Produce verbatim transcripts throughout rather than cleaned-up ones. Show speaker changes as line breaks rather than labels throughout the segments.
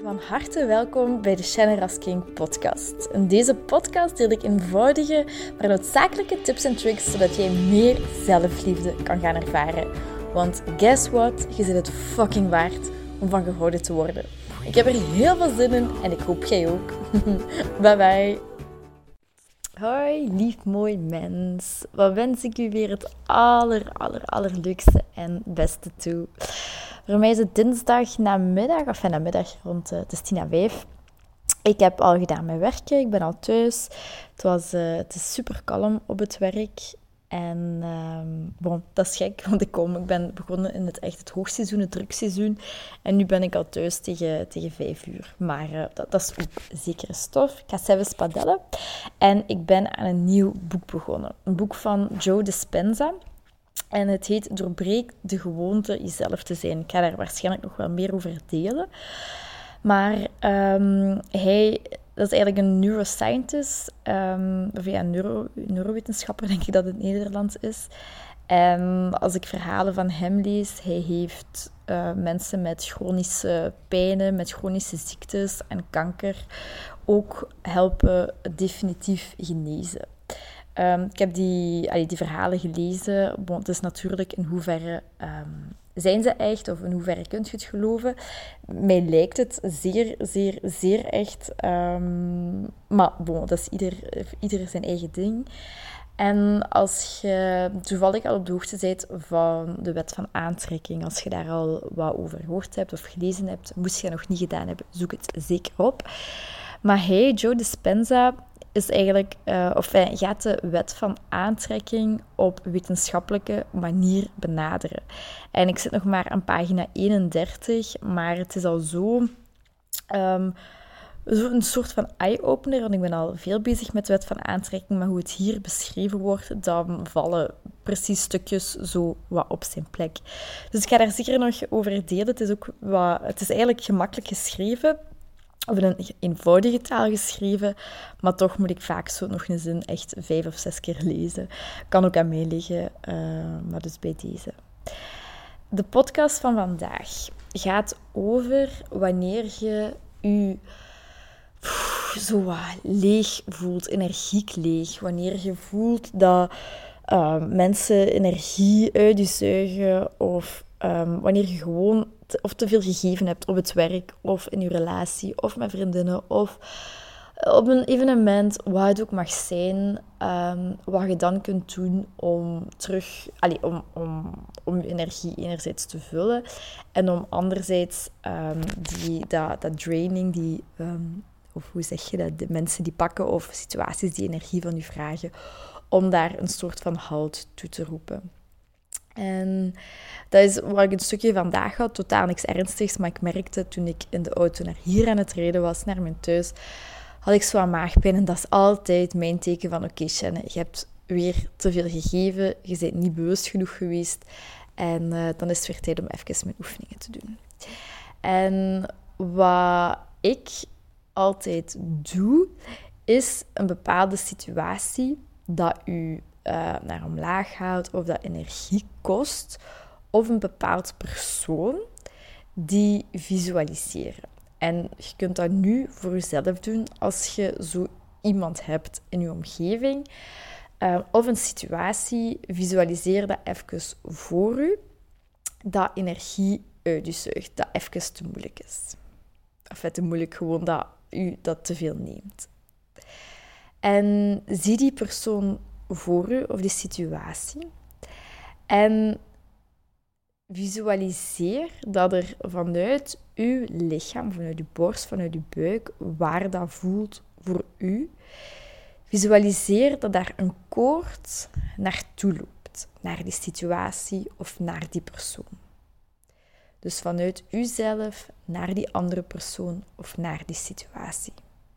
Van harte welkom bij de Shine as King podcast. In deze podcast deel ik eenvoudige, maar noodzakelijke tips en tricks zodat jij meer zelfliefde kan gaan ervaren. Want guess what? Je zit het fucking waard om van gehouden te worden. Ik heb er heel veel zin in en ik hoop jij ook. Bye bye. Hoi, lief mooi mens. Wat wens ik u weer het aller, aller, allerleukste en beste toe. Voor mij is het dinsdag namiddag, of enfin, namiddag rond uh, het is tien à vijf. Ik heb al gedaan met werken, ik ben al thuis. Het, was, uh, het is super kalm op het werk. En um, bon, dat is gek, want ik, kom, ik ben begonnen in het echt het hoogseizoen, het drukseizoen. En nu ben ik al thuis tegen, tegen vijf uur. Maar uh, dat, dat is ook zekere stof. Ik ga zelfs padellen. En ik ben aan een nieuw boek begonnen. Een boek van Joe Dispenza. En het heet Doorbreek de gewoonte jezelf te zijn. Ik ga daar waarschijnlijk nog wel meer over delen. Maar um, hij... Dat is eigenlijk een neuroscientist, um, of ja, neuro, neurowetenschapper denk ik dat het in het Nederlands is. En als ik verhalen van hem lees, hij heeft uh, mensen met chronische pijnen, met chronische ziektes en kanker ook helpen definitief genezen. Um, ik heb die, allee, die verhalen gelezen. Bon, het is natuurlijk in hoeverre... Um, Zijn ze echt, of in hoeverre kunt je het geloven? Mij lijkt het zeer, zeer, zeer echt. Um, maar bon, dat is ieder, ieder zijn eigen ding. En als je toevallig al op de hoogte bent van de wet van aantrekking, als je daar al wat over gehoord hebt of gelezen hebt, moest je dat nog niet gedaan hebben, zoek het zeker op. Maar hij, Joe Dispenza, is eigenlijk, uh, of hij gaat de wet van aantrekking op wetenschappelijke manier benaderen. En ik zit nog maar aan pagina eenendertig, maar het is al zo, um, zo een soort van eye-opener, want ik ben al veel bezig met de wet van aantrekking, maar hoe het hier beschreven wordt, dan vallen precies stukjes zo wat op zijn plek. Dus ik ga daar zeker nog over delen. Het is, ook wat, het is eigenlijk gemakkelijk geschreven, of in een eenvoudige taal geschreven, maar toch moet ik vaak zo nog een zin echt vijf of zes keer lezen. Kan ook aan mij liggen, uh, maar dus bij deze. De podcast van vandaag gaat over wanneer je je pff, zo wat leeg voelt, energiek leeg. Wanneer je voelt dat uh, mensen energie uit je zuigen of um, wanneer je gewoon of te veel gegeven hebt op het werk, of in je relatie, of met vriendinnen, of op een evenement, wat het ook mag zijn, um, wat je dan kunt doen om terug, allez, om, om, om je energie enerzijds te vullen, en om anderzijds um, die, dat, dat draining, die, um, of hoe zeg je dat, de mensen die pakken, of situaties die energie van je vragen, om daar een soort van halt toe te roepen. En dat is waar ik een stukje vandaag had, totaal niks ernstigs, maar ik merkte toen ik in de auto naar hier aan het rijden was, naar mijn thuis, had ik zo aan maagpijn. En dat is altijd mijn teken van, oké, okay, Shanne, je hebt weer te veel gegeven, je bent niet bewust genoeg geweest. En uh, dan is het weer tijd om even mijn oefeningen te doen. En wat ik altijd doe, is een bepaalde situatie dat u Uh, naar omlaag gaat, of dat energie kost, of een bepaald persoon die visualiseren. En je kunt dat nu voor jezelf doen als je zo iemand hebt in je omgeving, uh, of een situatie, visualiseer dat even voor u, dat energie uit je zuigt, dat even te moeilijk is. Of te moeilijk, gewoon dat u dat te veel neemt. En zie die persoon voor u, of die situatie. En visualiseer dat er vanuit uw lichaam, vanuit uw borst, vanuit uw buik, waar dat voelt voor u, visualiseer dat daar een koord naartoe loopt. Naar die situatie of naar die persoon. Dus vanuit uzelf naar die andere persoon of naar die situatie.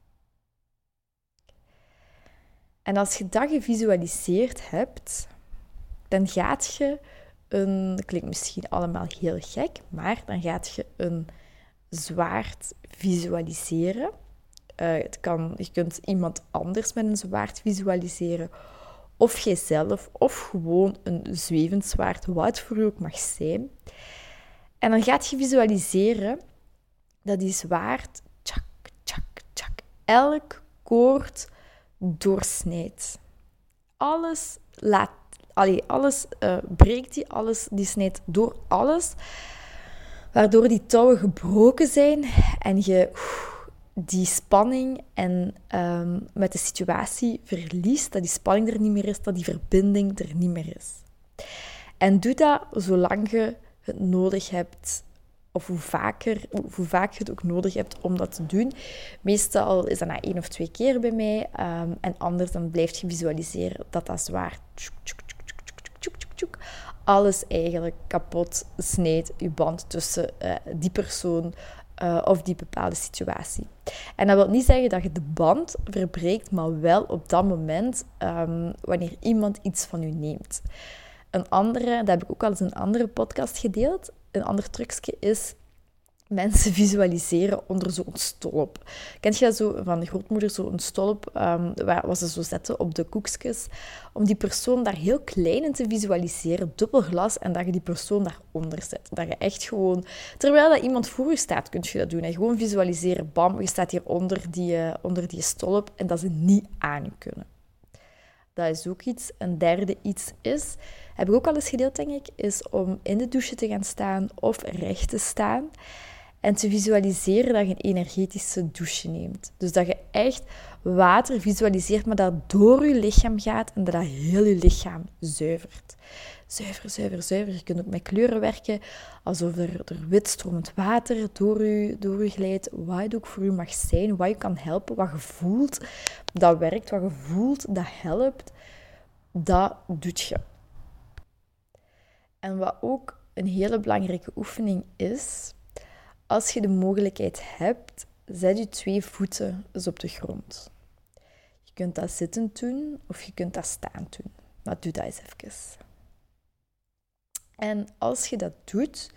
En als je dat gevisualiseerd hebt, dan gaat je een, dat klinkt misschien allemaal heel gek, maar dan gaat je een zwaard visualiseren. Uh, het kan, je kunt iemand anders met een zwaard visualiseren, of jijzelf, of gewoon een zwevend zwaard, wat het voor u ook mag zijn. En dan gaat je visualiseren dat die zwaard, tjak, tjak, tjak, elk koord doorsnijdt. Alles laat, allee, alles uh, breekt die, alles, die snijdt door alles, waardoor die touwen gebroken zijn en je oef, die spanning en um, met de situatie verliest, dat die spanning er niet meer is, dat die verbinding er niet meer is. En doe dat zolang je het nodig hebt, of hoe vaker, hoe vaak je het ook nodig hebt om dat te doen. Meestal is dat na één of twee keer bij mij. Um, en anders dan blijf je visualiseren dat dat zwaar tjoek, tjoek, tjoek, tjoek, tjoek, tjoek, tjoek, alles eigenlijk kapot snijdt, je band tussen uh, die persoon uh, of die bepaalde situatie. En dat wil niet zeggen dat je de band verbreekt, maar wel op dat moment um, wanneer iemand iets van je neemt. Een andere, dat heb ik ook al eens in een andere podcast gedeeld, een ander trucje is mensen visualiseren onder zo'n stolp. Kent je dat zo van de grootmoeder, zo'n stolp um, waar wat ze zo zetten op de koekjes, om die persoon daar heel klein in te visualiseren, dubbel glas, en dat je die persoon daaronder zet. Dat je echt gewoon, terwijl dat iemand voor je staat, kun je dat doen. En gewoon visualiseren, bam, je staat hier onder die, uh, onder die stolp en dat ze niet aan je kunnen. Dat is ook iets. Een derde iets is, heb ik ook al eens gedeeld, denk ik, is om in de douche te gaan staan of recht te staan en te visualiseren dat je een energetische douche neemt. Dus dat je echt water visualiseert, maar dat door je lichaam gaat en dat dat heel je lichaam zuivert. Zuiver, zuiver, zuiver. Je kunt ook met kleuren werken, alsof er, er wit stromend water door je, door je glijdt. Wat het ook voor je mag zijn, wat je kan helpen, wat je voelt, dat werkt, wat je voelt, dat helpt. Dat doet je. En wat ook een hele belangrijke oefening is, als je de mogelijkheid hebt, zet je twee voeten eens op de grond. Je kunt dat zittend doen of je kunt dat staand doen. Maar doe dat eens even. En als je dat doet,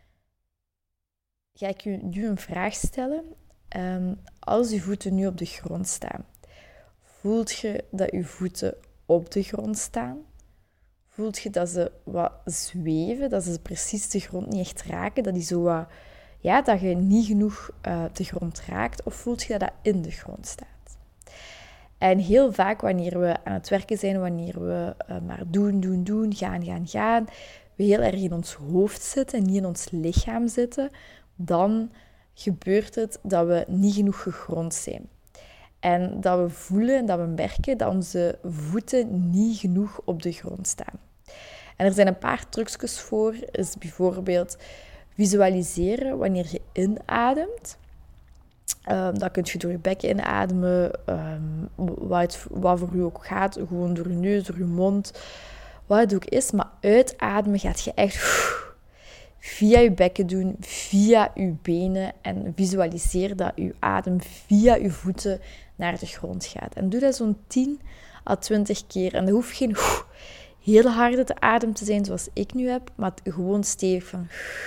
ga ik je nu een vraag stellen. Um, als je voeten nu op de grond staan, voelt je dat je voeten op de grond staan? Voelt je dat ze wat zweven, dat ze precies de grond niet echt raken, dat die zo wat, ja, dat je niet genoeg uh, de grond raakt? Of voelt je dat dat in de grond staat? En heel vaak wanneer we aan het werken zijn, wanneer we uh, maar doen, doen, doen, gaan, gaan, gaan, we heel erg in ons hoofd zitten en niet in ons lichaam zitten, dan gebeurt het dat we niet genoeg gegrond zijn. En dat we voelen en dat we merken dat onze voeten niet genoeg op de grond staan. En er zijn een paar trucjes voor. Is bijvoorbeeld visualiseren wanneer je inademt. Um, dat kun je door je bekken inademen. Um, wat, het, wat voor je ook gaat. Gewoon door je neus, door je mond. Wat het ook is. Maar uitademen gaat je echt via je bekken doen. Via je benen. En visualiseer dat je adem via je voeten naar de grond gaat. En doe dat zo'n tien à twintig keer. En dat hoeft geen heel harde te adem te zijn zoals ik nu heb. Maar gewoon stevig van...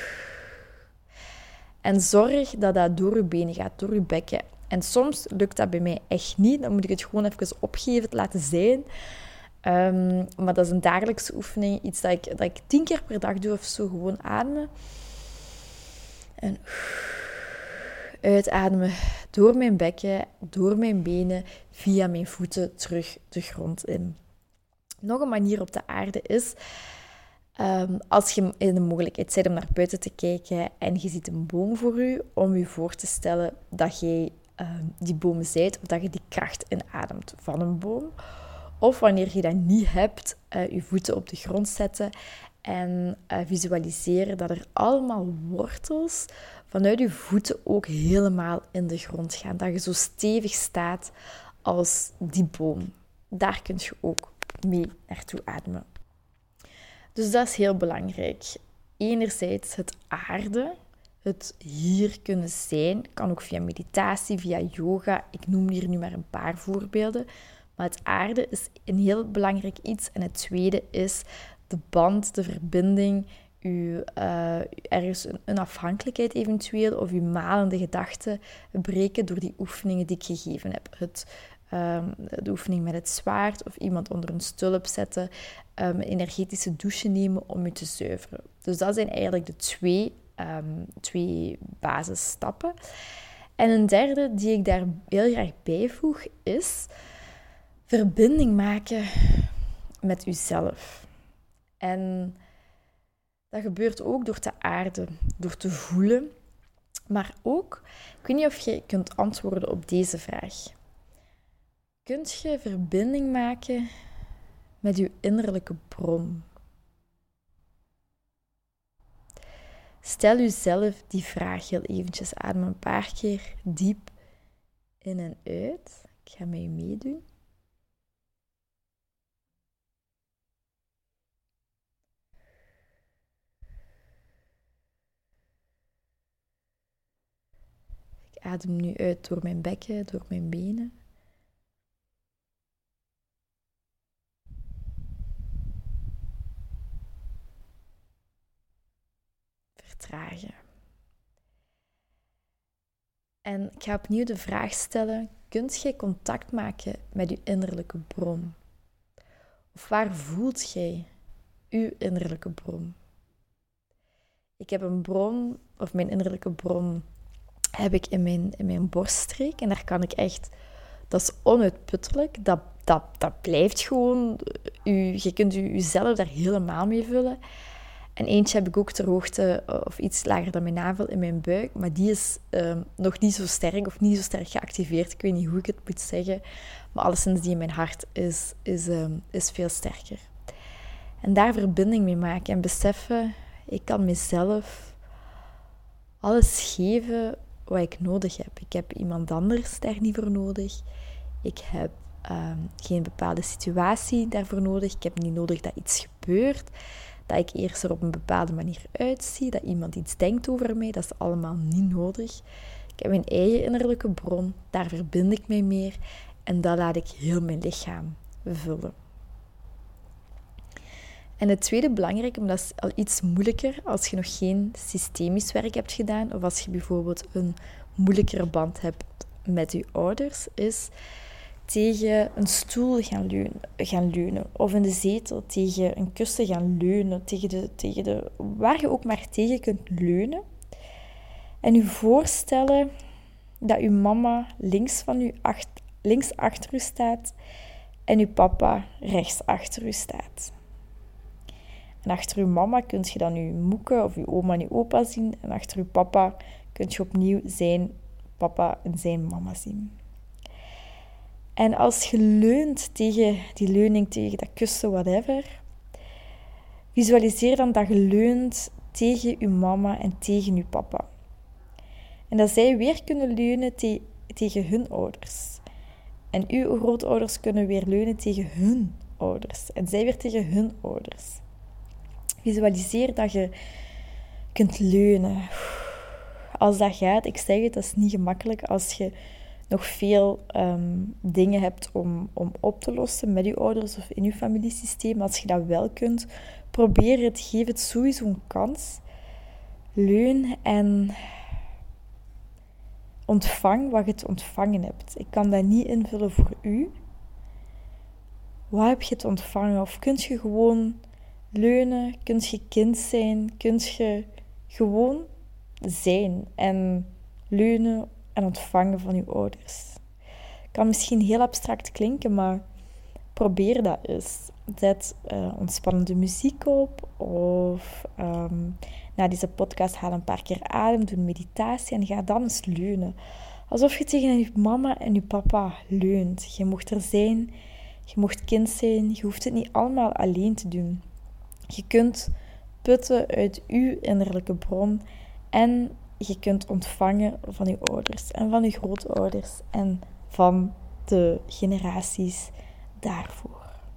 En zorg dat dat door je benen gaat, door je bekken. En soms lukt dat bij mij echt niet. Dan moet ik het gewoon even opgeven, het laten zijn. Um, maar dat is een dagelijkse oefening. Iets dat ik, dat ik tien keer per dag doe of zo. Gewoon ademen. En uitademen door mijn bekken, door mijn benen, via mijn voeten terug de grond in. Nog een manier op de aarde is... Um, als je in de mogelijkheid bent om naar buiten te kijken en je ziet een boom voor je, om je voor te stellen dat jij um, die boom zijt of dat je die kracht inademt van een boom. Of wanneer je dat niet hebt, uh, je voeten op de grond zetten en uh, visualiseren dat er allemaal wortels vanuit je voeten ook helemaal in de grond gaan. Dat je zo stevig staat als die boom. Daar kun je ook mee naartoe ademen. Dus dat is heel belangrijk. Enerzijds het aarde, het hier kunnen zijn, kan ook via meditatie, via yoga. Ik noem hier nu maar een paar voorbeelden. Maar het aarde is een heel belangrijk iets. En het tweede is de band, de verbinding, uw, uh, ergens een, een afhankelijkheid eventueel, of uw malende gedachten breken door die oefeningen die ik gegeven heb. Het Um, de oefening met het zwaard of iemand onder een stulp zetten, um, een energetische douche nemen om je te zuiveren. Dus dat zijn eigenlijk de twee um, twee basisstappen. En een derde die ik daar heel graag bijvoeg is verbinding maken met uzelf. En dat gebeurt ook door te aarden, door te voelen. Maar ook, ik weet niet of je kunt antwoorden op deze vraag. Kunt je verbinding maken met je innerlijke bron? Stel jezelf die vraag heel eventjes. Adem een paar keer diep in en uit. Ik ga met je meedoen. Ik adem nu uit door mijn bekken, door mijn benen. Vertragen. En ik ga opnieuw de vraag stellen, kunt je contact maken met je innerlijke bron? Of waar voelt jij je innerlijke bron? Ik heb een bron, of mijn innerlijke bron, heb ik in mijn, in mijn borststreek. En daar kan ik echt, dat is onuitputtelijk, dat, dat, dat blijft gewoon, u, je kunt u, uzelf daar helemaal mee vullen. En eentje heb ik ook ter hoogte, of iets lager dan mijn navel, in mijn buik. Maar die is um, nog niet zo sterk, of niet zo sterk geactiveerd. Ik weet niet hoe ik het moet zeggen. Maar alleszins die in mijn hart is, is, um, is veel sterker. En daar verbinding mee maken en beseffen, ik kan mezelf alles geven wat ik nodig heb. Ik heb iemand anders daar niet voor nodig. Ik heb um, geen bepaalde situatie daarvoor nodig. Ik heb niet nodig dat iets gebeurt. Dat ik eerst er op een bepaalde manier uitzie. Dat iemand iets denkt over mij. Dat is allemaal niet nodig. Ik heb mijn eigen innerlijke bron. Daar verbind ik mij mee. En dat laat ik heel mijn lichaam vullen. En het tweede belangrijke, maar dat is al iets moeilijker als je nog geen systemisch werk hebt gedaan, of als je bijvoorbeeld een moeilijkere band hebt met je ouders, is tegen een stoel gaan leunen, gaan leunen of in de zetel tegen een kussen gaan leunen, tegen de, tegen de, waar je ook maar tegen kunt leunen. En je voorstellen dat je mama links, van u, acht, links achter u staat en je papa rechts achter u staat. En achter uw mama kun je dan uw moeke of uw oma en uw opa zien. En achter uw papa kun je opnieuw zijn papa en zijn mama zien. En als je leunt tegen die leuning, tegen dat kussen, whatever, visualiseer dan dat je leunt tegen uw mama en tegen uw papa. En dat zij weer kunnen leunen te- tegen hun ouders. En uw grootouders kunnen weer leunen tegen hun ouders. En zij weer tegen hun ouders. Visualiseer dat je kunt leunen. Als dat gaat, ik zeg het, dat is niet gemakkelijk als je nog veel um, dingen hebt om, om op te lossen met je ouders of in je familiesysteem. Als je dat wel kunt, probeer het, geef het sowieso een kans. Leun en ontvang wat je te ontvangen hebt. Ik kan dat niet invullen voor u. Wat heb je te ontvangen? Of kun je gewoon leunen, kun je kind zijn, kun je gewoon zijn en leunen en ontvangen van je ouders. Kan misschien heel abstract klinken, maar probeer dat eens. Zet uh, ontspannende muziek op of um, na deze podcast haal een paar keer adem, doe een meditatie en ga dan eens leunen. Alsof je tegen je mama en je papa leunt. Je mocht er zijn, je mocht kind zijn, je hoeft het niet allemaal alleen te doen. Je kunt putten uit uw innerlijke bron en je kunt ontvangen van je ouders en van je grootouders en van de generaties daarvoor.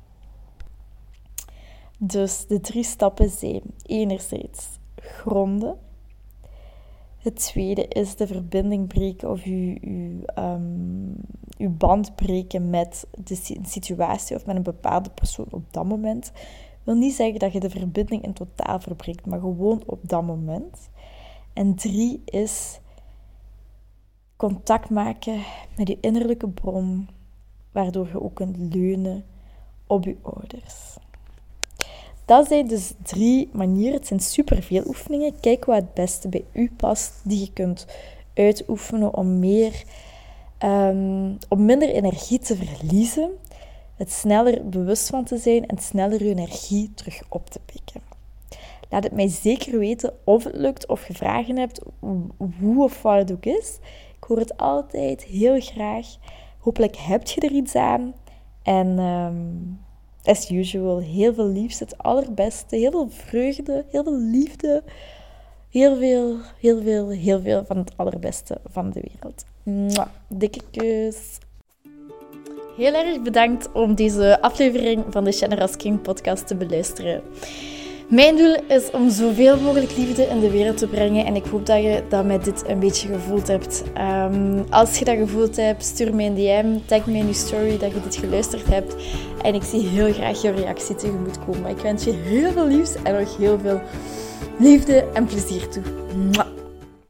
Dus de drie stappen zijn enerzijds gronden. Het tweede is de verbinding breken of je, je, um, je band breken met de situatie of met een bepaalde persoon op dat moment. Wil niet zeggen dat je de verbinding in totaal verbreekt, maar gewoon op dat moment. En drie is contact maken met je innerlijke bron, waardoor je ook kunt leunen op je ouders. Dat zijn dus drie manieren. Het zijn superveel oefeningen. Kijk wat het beste bij u past, die je kunt uitoefenen om, meer, um, om minder energie te verliezen, het sneller bewust van te zijn en sneller je energie terug op te pikken. Laat het mij zeker weten of het lukt of je vragen hebt, hoe of wat het ook is. Ik hoor het altijd heel graag. Hopelijk heb je er iets aan. En um, as usual, heel veel liefst, het allerbeste. Heel veel vreugde, heel veel liefde. Heel veel, heel veel, heel veel van het allerbeste van de wereld. Mwah, dikke kus. Heel erg bedankt om deze aflevering van de Generous King podcast te beluisteren. Mijn doel is om zoveel mogelijk liefde in de wereld te brengen en ik hoop dat je dat met dit een beetje gevoeld hebt. Um, als je dat gevoeld hebt, stuur mij een D M, tag me in je story dat je dit geluisterd hebt en ik zie heel graag je reactie tegemoet komen. Ik wens je heel veel liefs en nog heel veel liefde en plezier toe. Mwah.